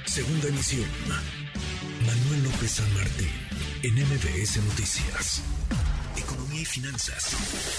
Segunda emisión. Manuel López San Martín, en MBS Noticias. Economía y finanzas.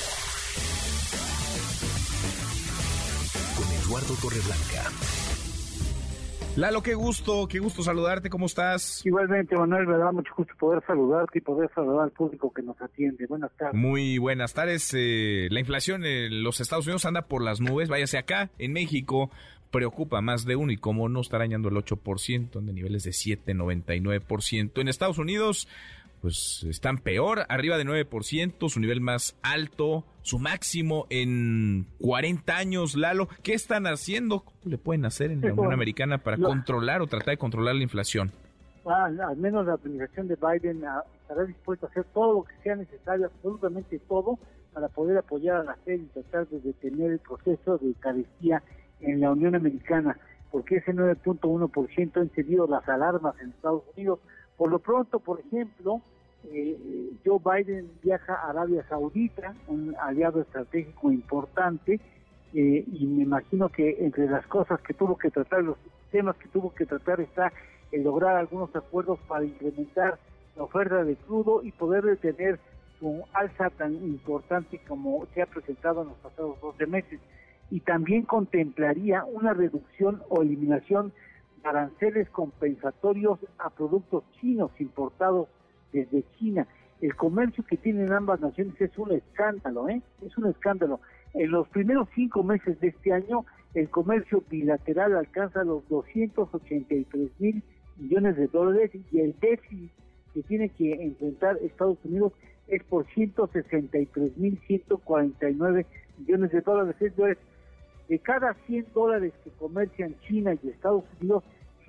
Con Eduardo Torreblanca. Lalo, qué gusto saludarte, ¿cómo estás? Igualmente, Manuel, me da mucho gusto poder saludarte y poder saludar al público que nos atiende. Buenas tardes. Muy buenas tardes. La inflación en los Estados Unidos anda por las nubes, váyase acá, en México, preocupa más de uno y cómo no está arañando el 8%, de niveles de 7,99%. En Estados Unidos, pues están peor, arriba de 9%, su nivel más alto, su máximo en 40 años, Lalo. ¿Qué están haciendo? ¿Cómo le pueden hacer en la Unión Americana para controlar o tratar de controlar la inflación? Al menos la administración de Biden estará dispuesta a hacer todo lo que sea necesario, absolutamente todo, para poder apoyar a la Fed y tratar de detener el proceso de carestía en la Unión Americana, porque ese 9.1% ha encendido las alarmas en Estados Unidos. Por lo pronto, por ejemplo, Joe Biden viaja a Arabia Saudita, un aliado estratégico importante, y me imagino que entre las cosas que tuvo que tratar, los temas que tuvo que tratar, está el lograr algunos acuerdos para incrementar la oferta de crudo y poder detener un alza tan importante como se ha presentado en los pasados 12 meses. Y también contemplaría una reducción o eliminación de aranceles compensatorios a productos chinos importados desde China. El comercio que tienen ambas naciones es un escándalo, es un escándalo. En los primeros 5 meses de este año, el comercio bilateral alcanza los 283,000 millones de dólares y el déficit que tiene que enfrentar Estados Unidos es por 163,149 millones de dólares. Esto es, de cada 100 dólares que comercian China y Estados Unidos,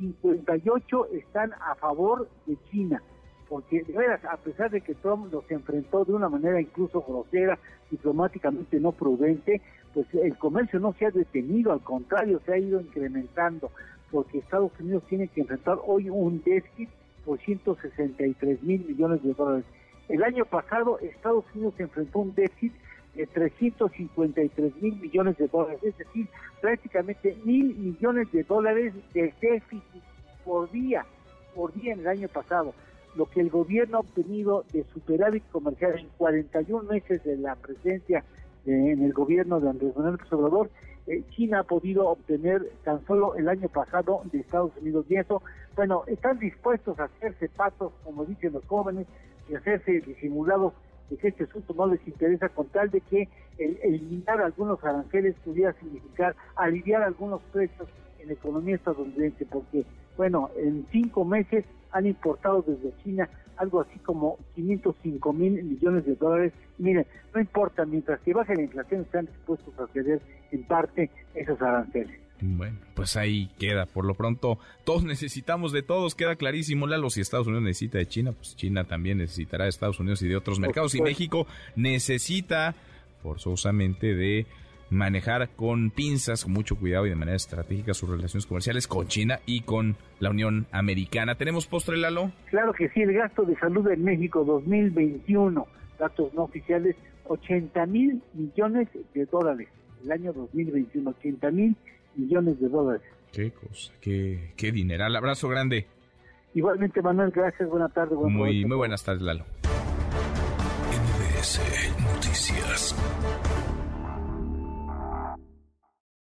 58 están a favor de China, porque de veras, a pesar de que Trump los enfrentó de una manera incluso grosera, diplomáticamente no prudente, pues el comercio no se ha detenido, al contrario, se ha ido incrementando, porque Estados Unidos tiene que enfrentar hoy un déficit por 163,000 millones de dólares. El año pasado Estados Unidos enfrentó un déficit de 353,000 millones de dólares, es decir, prácticamente 1,000 millones de dólares de déficit por día en el año pasado. Lo que el gobierno ha obtenido de superávit comercial en 41 meses de la presencia en el gobierno de Andrés Manuel López Obrador, China ha podido obtener tan solo el año pasado de Estados Unidos, y eso, bueno, están dispuestos a hacerse patos, como dicen los jóvenes, y hacerse disimulados de que este asunto no les interesa, con tal de que eliminar algunos aranceles pudiera significar aliviar algunos precios en la economía estadounidense, porque, bueno, en 5 meses han importado desde China algo así como 505,000 millones de dólares. Miren, no importa, mientras que baje la inflación están dispuestos a ceder en parte esos aranceles. Bueno, pues ahí queda. Por lo pronto, todos necesitamos de todos, queda clarísimo, Lalo. Si Estados Unidos necesita de China, pues China también necesitará de Estados Unidos y de otros mercados. Y México necesita forzosamente de manejar con pinzas, con mucho cuidado y de manera estratégica sus relaciones comerciales con China y con la Unión Americana. ¿Tenemos postre, Lalo? Claro que sí, el gasto de salud en México 2021, datos no oficiales, 80,000 millones de dólares. El año 2021, 80,000 millones de dólares. Qué cosa, qué dineral. Abrazo grande. Igualmente, Manuel, gracias, buenas tardes. Muy buenas tardes, Lalo. MBS Noticias.